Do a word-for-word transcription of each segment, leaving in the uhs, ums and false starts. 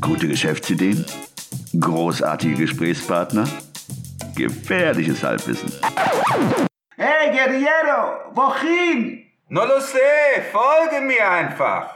Gute Geschäftsideen? Großartige Gesprächspartner? Gefährliches Halbwissen. Hey Guerriero, wohin? No lo sé, folge mir einfach.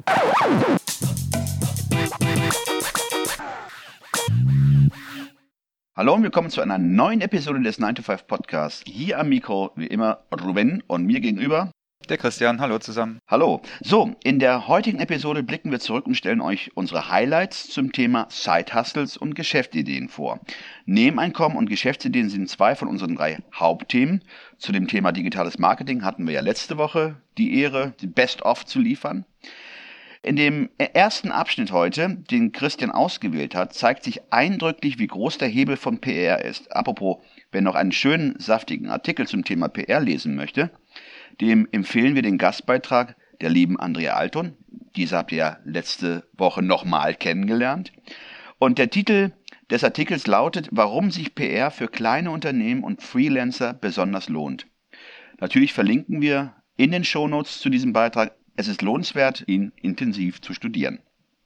Hallo und willkommen zu einer neuen Episode des nine to five Podcasts. Hier am Mikro, wie immer, Ruben und mir gegenüber der Christian. Hallo zusammen. Hallo. So, in der heutigen Episode blicken wir zurück und stellen euch unsere Highlights zum Thema Side-Hustles und Geschäftsideen vor. Nebeneinkommen und Geschäftsideen sind zwei von unseren drei Hauptthemen. Zu dem Thema digitales Marketing hatten wir ja letzte Woche die Ehre, die Best-of zu liefern. In dem ersten Abschnitt heute, den Christian ausgewählt hat, zeigt sich eindrücklich, wie groß der Hebel von P R ist. Apropos, wer noch einen schönen, saftigen Artikel zum Thema P R lesen möchte, dem empfehlen wir den Gastbeitrag der lieben Andrea Alton. Diese habt ihr ja letzte Woche nochmal kennengelernt. Und der Titel des Artikels lautet, warum sich P R für kleine Unternehmen und Freelancer besonders lohnt. Natürlich verlinken wir in den Shownotes zu diesem Beitrag. Es ist lohnenswert, ihn intensiv zu studieren.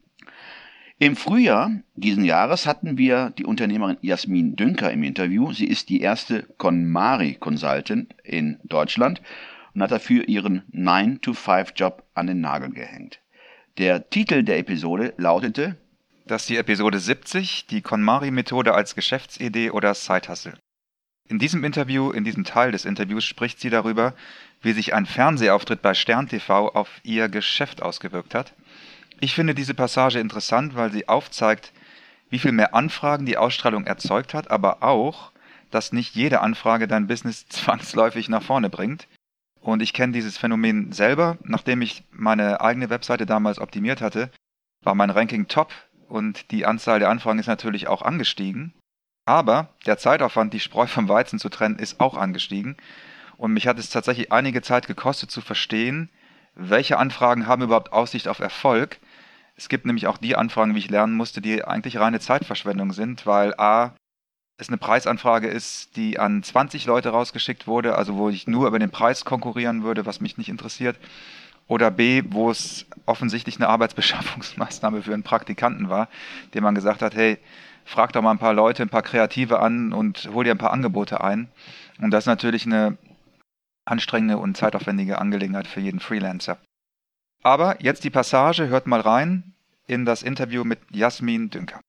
Im Frühjahr diesen Jahres hatten wir die Unternehmerin Jasmin Dünker im Interview. Sie ist die erste KonMari Consultant in Deutschland und hat dafür ihren nine to five Job an den Nagel gehängt. Der Titel der Episode lautete: Das ist die Episode siebzig, die KonMari-Methode als Geschäftsidee oder Side-Hustle. In diesem Interview, in diesem Teil des Interviews spricht sie darüber, wie sich ein Fernsehauftritt bei Stern T V auf ihr Geschäft ausgewirkt hat. Ich finde diese Passage interessant, weil sie aufzeigt, wie viel mehr Anfragen die Ausstrahlung erzeugt hat, aber auch, dass nicht jede Anfrage dein Business zwangsläufig nach vorne bringt. Und ich kenne dieses Phänomen selber. Nachdem ich meine eigene Webseite damals optimiert hatte, war mein Ranking top und die Anzahl der Anfragen ist natürlich auch angestiegen. Aber der Zeitaufwand, die Spreu vom Weizen zu trennen, ist auch angestiegen. Und mich hat es tatsächlich einige Zeit gekostet zu verstehen, welche Anfragen haben überhaupt Aussicht auf Erfolg. Es gibt nämlich auch die Anfragen, wie ich lernen musste, die eigentlich reine Zeitverschwendung sind, weil a, es eine Preisanfrage ist, die an zwanzig Leute rausgeschickt wurde, also wo ich nur über den Preis konkurrieren würde, was mich nicht interessiert. Oder b, wo es offensichtlich eine Arbeitsbeschaffungsmaßnahme für einen Praktikanten war, dem man gesagt hat, hey, frag doch mal ein paar Leute, ein paar Kreative an und hol dir ein paar Angebote ein. Und das ist natürlich eine anstrengende und zeitaufwendige Angelegenheit für jeden Freelancer. Aber jetzt die Passage, hört mal rein in das Interview mit Jasmin Dünker.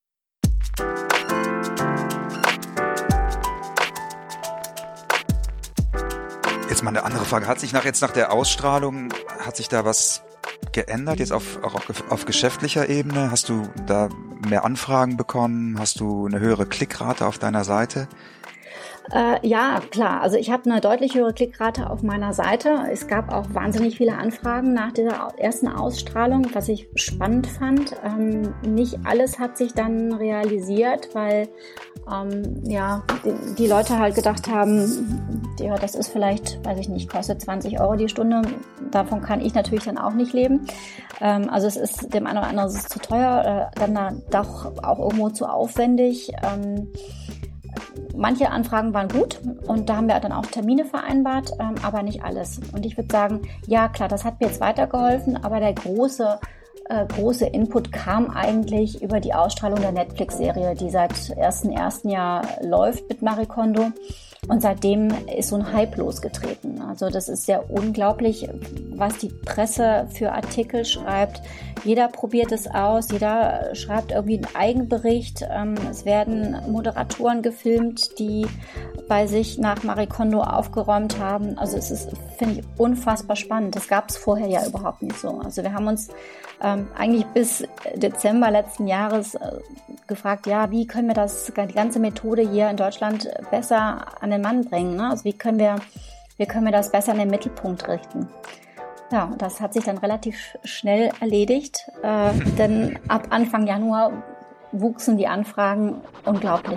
Jetzt mal eine andere Frage. Hat sich nach, jetzt nach der Ausstrahlung, hat sich da was geändert, jetzt auf, auch auf, auf geschäftlicher Ebene? Hast du da mehr Anfragen bekommen? Hast du eine höhere Klickrate auf deiner Seite? Äh, ja, klar. Also ich habe eine deutlich höhere Klickrate auf meiner Seite. Es gab auch wahnsinnig viele Anfragen nach dieser ersten Ausstrahlung, was ich spannend fand. Ähm, nicht alles hat sich dann realisiert, weil ähm, ja die, die Leute halt gedacht haben, ja, das ist vielleicht, weiß ich nicht, kostet zwanzig Euro die Stunde. Davon kann ich natürlich dann auch nicht leben. Ähm, also es ist dem einen oder anderen ist es zu teuer, äh, dann da, doch auch irgendwo zu aufwendig. Ähm, Manche Anfragen waren gut und da haben wir dann auch Termine vereinbart, ähm, aber nicht alles. Und ich würde sagen, ja klar, das hat mir jetzt weitergeholfen, aber der große, äh, große Input kam eigentlich über die Ausstrahlung der Netflix-Serie, die seit ersten ersten Jahr läuft mit Marie Kondo. Und seitdem ist so ein Hype losgetreten. Also das ist ja unglaublich, was die Presse für Artikel schreibt. Jeder probiert es aus, jeder schreibt irgendwie einen Eigenbericht. Es werden Moderatoren gefilmt, die bei sich nach Marie Kondo aufgeräumt haben. Also es ist, finde ich, unfassbar spannend. Das gab es vorher ja überhaupt nicht so. Also wir haben uns ähm, eigentlich bis Dezember letzten Jahres äh, gefragt, ja, wie können wir das, die ganze Methode hier in Deutschland besser an den Mann bringen, ne? Also wie können wir, wie können wir das besser in den Mittelpunkt richten? Ja, und das hat sich dann relativ schnell erledigt, äh, denn ab Anfang Januar wuchsen die Anfragen unglaublich.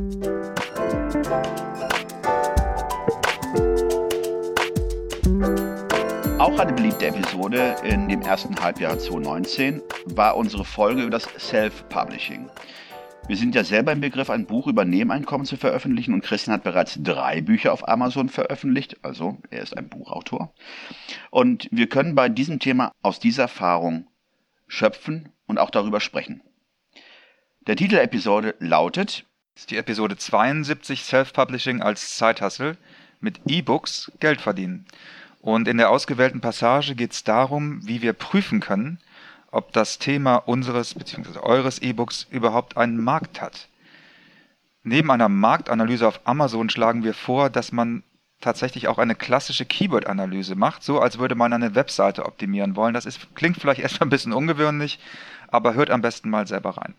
Auch eine beliebte Episode in dem ersten Halbjahr zwanzig neunzehn war unsere Folge über das Self-Publishing. Wir sind ja selber im Begriff, ein Buch über Nebeneinkommen zu veröffentlichen und Christian hat bereits drei Bücher auf Amazon veröffentlicht, also er ist ein Buchautor. Und wir können bei diesem Thema aus dieser Erfahrung schöpfen und auch darüber sprechen. Der Titel der Episode lautet: Das ist die Episode zweiundsiebzig, Self-Publishing als Side-Hustle, mit E-Books Geld verdienen. Und in der ausgewählten Passage geht es darum, wie wir prüfen können, ob das Thema unseres bzw. eures E-Books überhaupt einen Markt hat. Neben einer Marktanalyse auf Amazon schlagen wir vor, dass man tatsächlich auch eine klassische Keyword-Analyse macht, so als würde man eine Webseite optimieren wollen. Das ist, klingt vielleicht erstmal ein bisschen ungewöhnlich, aber hört am besten mal selber rein.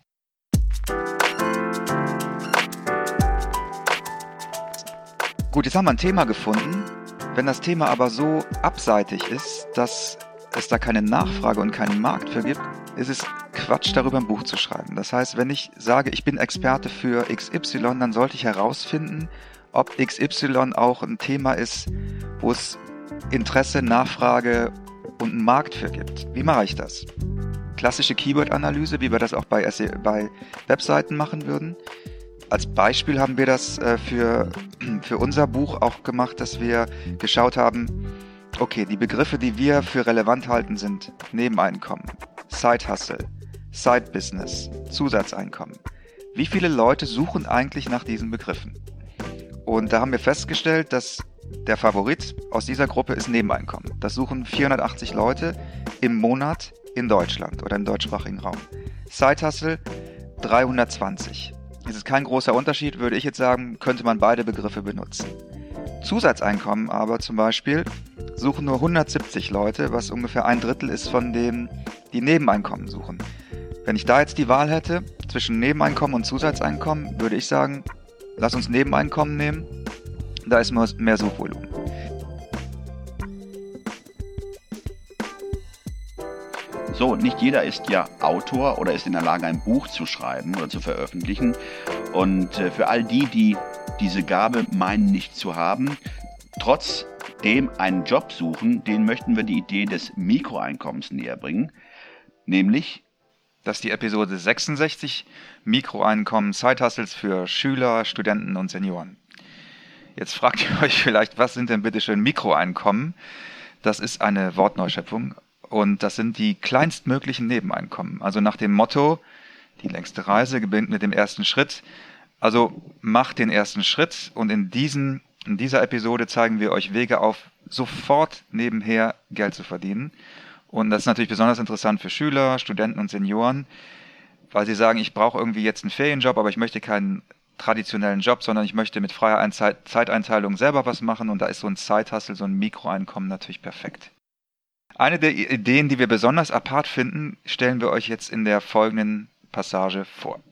Gut, jetzt haben wir ein Thema gefunden. Wenn das Thema aber so abseitig ist, dass es da keine Nachfrage und keinen Markt für gibt, ist es Quatsch, darüber ein Buch zu schreiben. Das heißt, wenn ich sage, ich bin Experte für X Y, dann sollte ich herausfinden, ob X Y auch ein Thema ist, wo es Interesse, Nachfrage und einen Markt für gibt. Wie mache ich das? Klassische Keyword-Analyse, wie wir das auch bei, S E O, bei Webseiten machen würden. Als Beispiel haben wir das äh, für, für unser Buch auch gemacht, dass wir geschaut haben, okay, die Begriffe, die wir für relevant halten, sind Nebeneinkommen, Side-Hustle, Side-Business, Zusatzeinkommen. Wie viele Leute suchen eigentlich nach diesen Begriffen? Und da haben wir festgestellt, dass der Favorit aus dieser Gruppe ist Nebeneinkommen. Das suchen vierhundertachtzig Leute im Monat in Deutschland oder im deutschsprachigen Raum. Side-Hustle dreihundertzwanzig. Das ist kein großer Unterschied, würde ich jetzt sagen, könnte man beide Begriffe benutzen. Zusatzeinkommen aber zum Beispiel suchen nur hundertsiebzig Leute, was ungefähr ein Drittel ist von denen, die Nebeneinkommen suchen. Wenn ich da jetzt die Wahl hätte zwischen Nebeneinkommen und Zusatzeinkommen, würde ich sagen, lass uns Nebeneinkommen nehmen, da ist mehr Suchvolumen. So, nicht jeder ist ja Autor oder ist in der Lage, ein Buch zu schreiben oder zu veröffentlichen. Und äh, für all die, die diese Gabe meinen nicht zu haben, trotzdem einen Job suchen, denen möchten wir die Idee des Mikroeinkommens näher bringen, nämlich Das ist die Episode sechsundsechzig, Mikroeinkommen, Side-Hustles für Schüler, Studenten und Senioren. Jetzt fragt ihr euch vielleicht, was sind denn bitte schön Mikroeinkommen? Das ist eine Wortneuschöpfung und das sind die kleinstmöglichen Nebeneinkommen. Also nach dem Motto, die längste Reise beginnt mit dem ersten Schritt. Also macht den ersten Schritt und in, diesen, in dieser Episode zeigen wir euch Wege auf, sofort nebenher Geld zu verdienen. Und das ist natürlich besonders interessant für Schüler, Studenten und Senioren, weil sie sagen, ich brauche irgendwie jetzt einen Ferienjob, aber ich möchte keinen traditionellen Job, sondern ich möchte mit freier Einzeit- Zeiteinteilung selber was machen und da ist so ein Side-Hustle, so ein Mikroeinkommen natürlich perfekt. Eine der Ideen, die wir besonders apart finden, stellen wir euch jetzt in der folgenden Passage vor.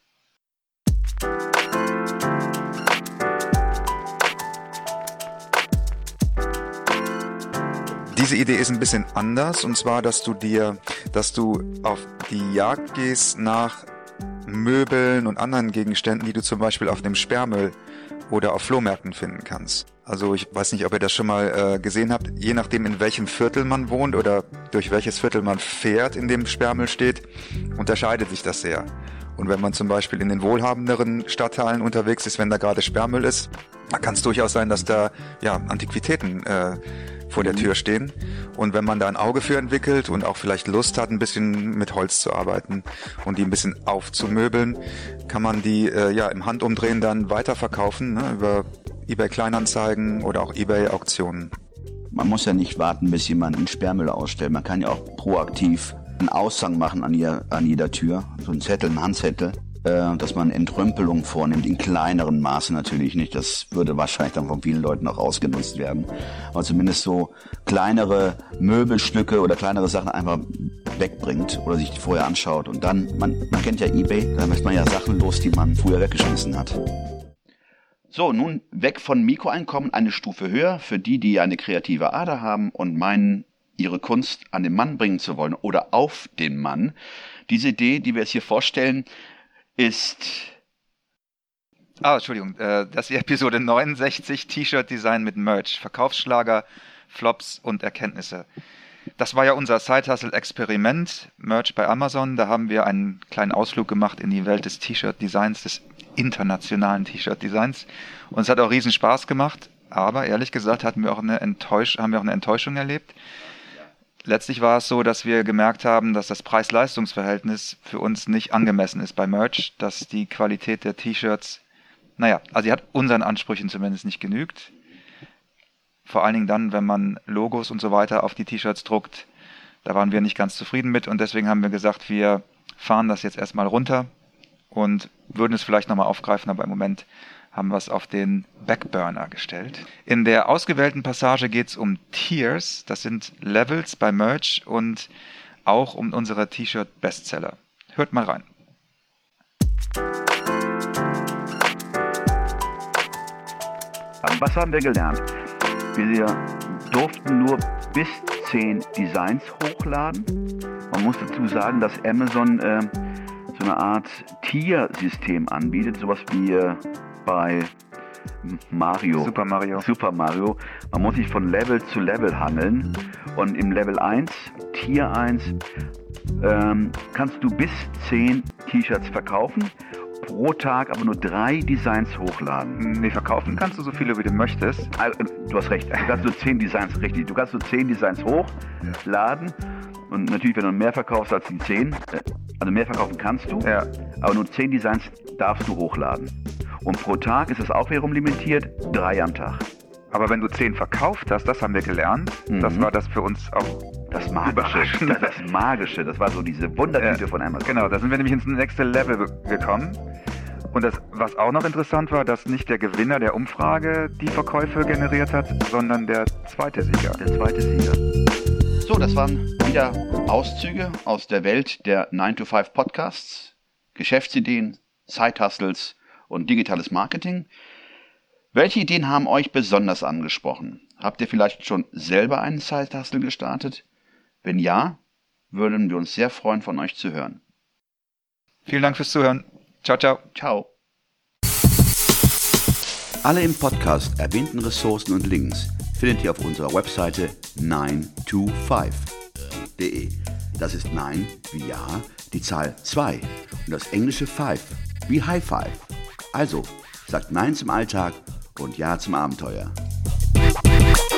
Diese Idee ist ein bisschen anders, und zwar, dass du dir, dass du auf die Jagd gehst nach Möbeln und anderen Gegenständen, die du zum Beispiel auf dem Sperrmüll oder auf Flohmärkten finden kannst. Also ich weiß nicht, ob ihr das schon mal äh, gesehen habt, je nachdem in welchem Viertel man wohnt oder durch welches Viertel man fährt, in dem Sperrmüll steht, unterscheidet sich das sehr. Und wenn man zum Beispiel in den wohlhabenderen Stadtteilen unterwegs ist, wenn da gerade Sperrmüll ist, da kann es durchaus sein, dass da ja Antiquitäten äh, vor der Tür stehen. Und wenn man da ein Auge für entwickelt und auch vielleicht Lust hat, ein bisschen mit Holz zu arbeiten und die ein bisschen aufzumöbeln, kann man die äh, ja im Handumdrehen dann weiterverkaufen, ne, über eBay Kleinanzeigen oder auch eBay Auktionen. Man muss ja nicht warten, bis jemand einen Sperrmüll ausstellt. Man kann ja auch proaktiv einen Aushang machen an jeder, an jeder Tür, so ein Zettel, ein Handzettel, äh, dass man Entrümpelung vornimmt, in kleineren Maßen natürlich nicht. Das würde wahrscheinlich dann von vielen Leuten auch ausgenutzt werden. Aber zumindest so kleinere Möbelstücke oder kleinere Sachen einfach wegbringt oder sich die vorher anschaut. Und dann, man, man kennt ja eBay, da lässt man ja Sachen los, die man früher weggeschmissen hat. So, nun weg von Mikroeinkommen, eine Stufe höher für die, die eine kreative Ader haben und meinen, ihre Kunst an den Mann bringen zu wollen oder auf den Mann. Diese Idee, die wir jetzt hier vorstellen, ist... Ah, Entschuldigung, äh, das ist die Episode neunundsechzig, T-Shirt-Design mit Merch, Verkaufsschlager, Flops und Erkenntnisse. Das war ja unser Side-Hustle-Experiment, Merch bei Amazon. Da haben wir einen kleinen Ausflug gemacht in die Welt des T-Shirt-Designs, des internationalen T-Shirt-Designs. Und es hat auch riesen Spaß gemacht, aber ehrlich gesagt hatten wir auch eine Enttäusch- haben wir auch eine Enttäuschung erlebt. letztlich war es so, dass wir gemerkt haben, dass das Preis-Leistungs-Verhältnis für uns nicht angemessen ist bei Merch, dass die Qualität der T-Shirts, naja, also sie hat unseren Ansprüchen zumindest nicht genügt. Vor allen Dingen dann, wenn man Logos und so weiter auf die T-Shirts druckt, da waren wir nicht ganz zufrieden mit und deswegen haben wir gesagt, wir fahren das jetzt erstmal runter und würden es vielleicht nochmal aufgreifen, aber im Moment haben wir es auf den Backburner gestellt. In der ausgewählten Passage geht es um Tiers, das sind Levels bei Merch und auch um unsere T-Shirt-Bestseller. Hört mal rein. Was haben wir gelernt? Wir durften nur bis zehn Designs hochladen. Man muss dazu sagen, dass Amazon äh, so eine Art Tier-System anbietet, sowas wie äh, bei Mario. Super Mario. Super Mario. Man muss sich von Level zu Level hangeln und im Level eins, Tier eins, ähm, kannst du bis zehn T-Shirts verkaufen, pro Tag aber nur drei Designs hochladen. Nee, verkaufen kannst du so viele, wie du möchtest. Also, du hast recht, du kannst nur zehn Designs, richtig, du kannst nur zehn Designs hochladen und natürlich, wenn du mehr verkaufst als die zehn, also mehr verkaufen kannst du, ja. aber nur zehn Designs darfst du hochladen. Und pro Tag ist es auch wiederum limitiert, drei am Tag. Aber wenn du zehn verkauft hast, das haben wir gelernt, Mhm. das war das für uns auch Das Magische, das, das Magische, das war so diese Wundertüte Ja, von Amazon. Genau, da sind wir nämlich ins nächste Level gekommen. Und das, was auch noch interessant war, dass nicht der Gewinner der Umfrage die Verkäufe generiert hat, sondern der zweite Sieger. Der zweite Sieger. So, das waren wieder Auszüge aus der Welt der nine to five Podcasts, Geschäftsideen, Side-Hustles und digitales Marketing. Welche Ideen haben euch besonders angesprochen? Habt ihr vielleicht schon selber einen Side-Hustle gestartet? Wenn ja, würden wir uns sehr freuen, von euch zu hören. Vielen Dank fürs Zuhören. Ciao, ciao. Ciao. Alle im Podcast erwähnten Ressourcen und Links findet ihr auf unserer Webseite nine to five punkt de. Das ist nine wie Ja, die Zahl zwei und das englische Five wie High Five. Also, sagt Nein zum Alltag und Ja zum Abenteuer.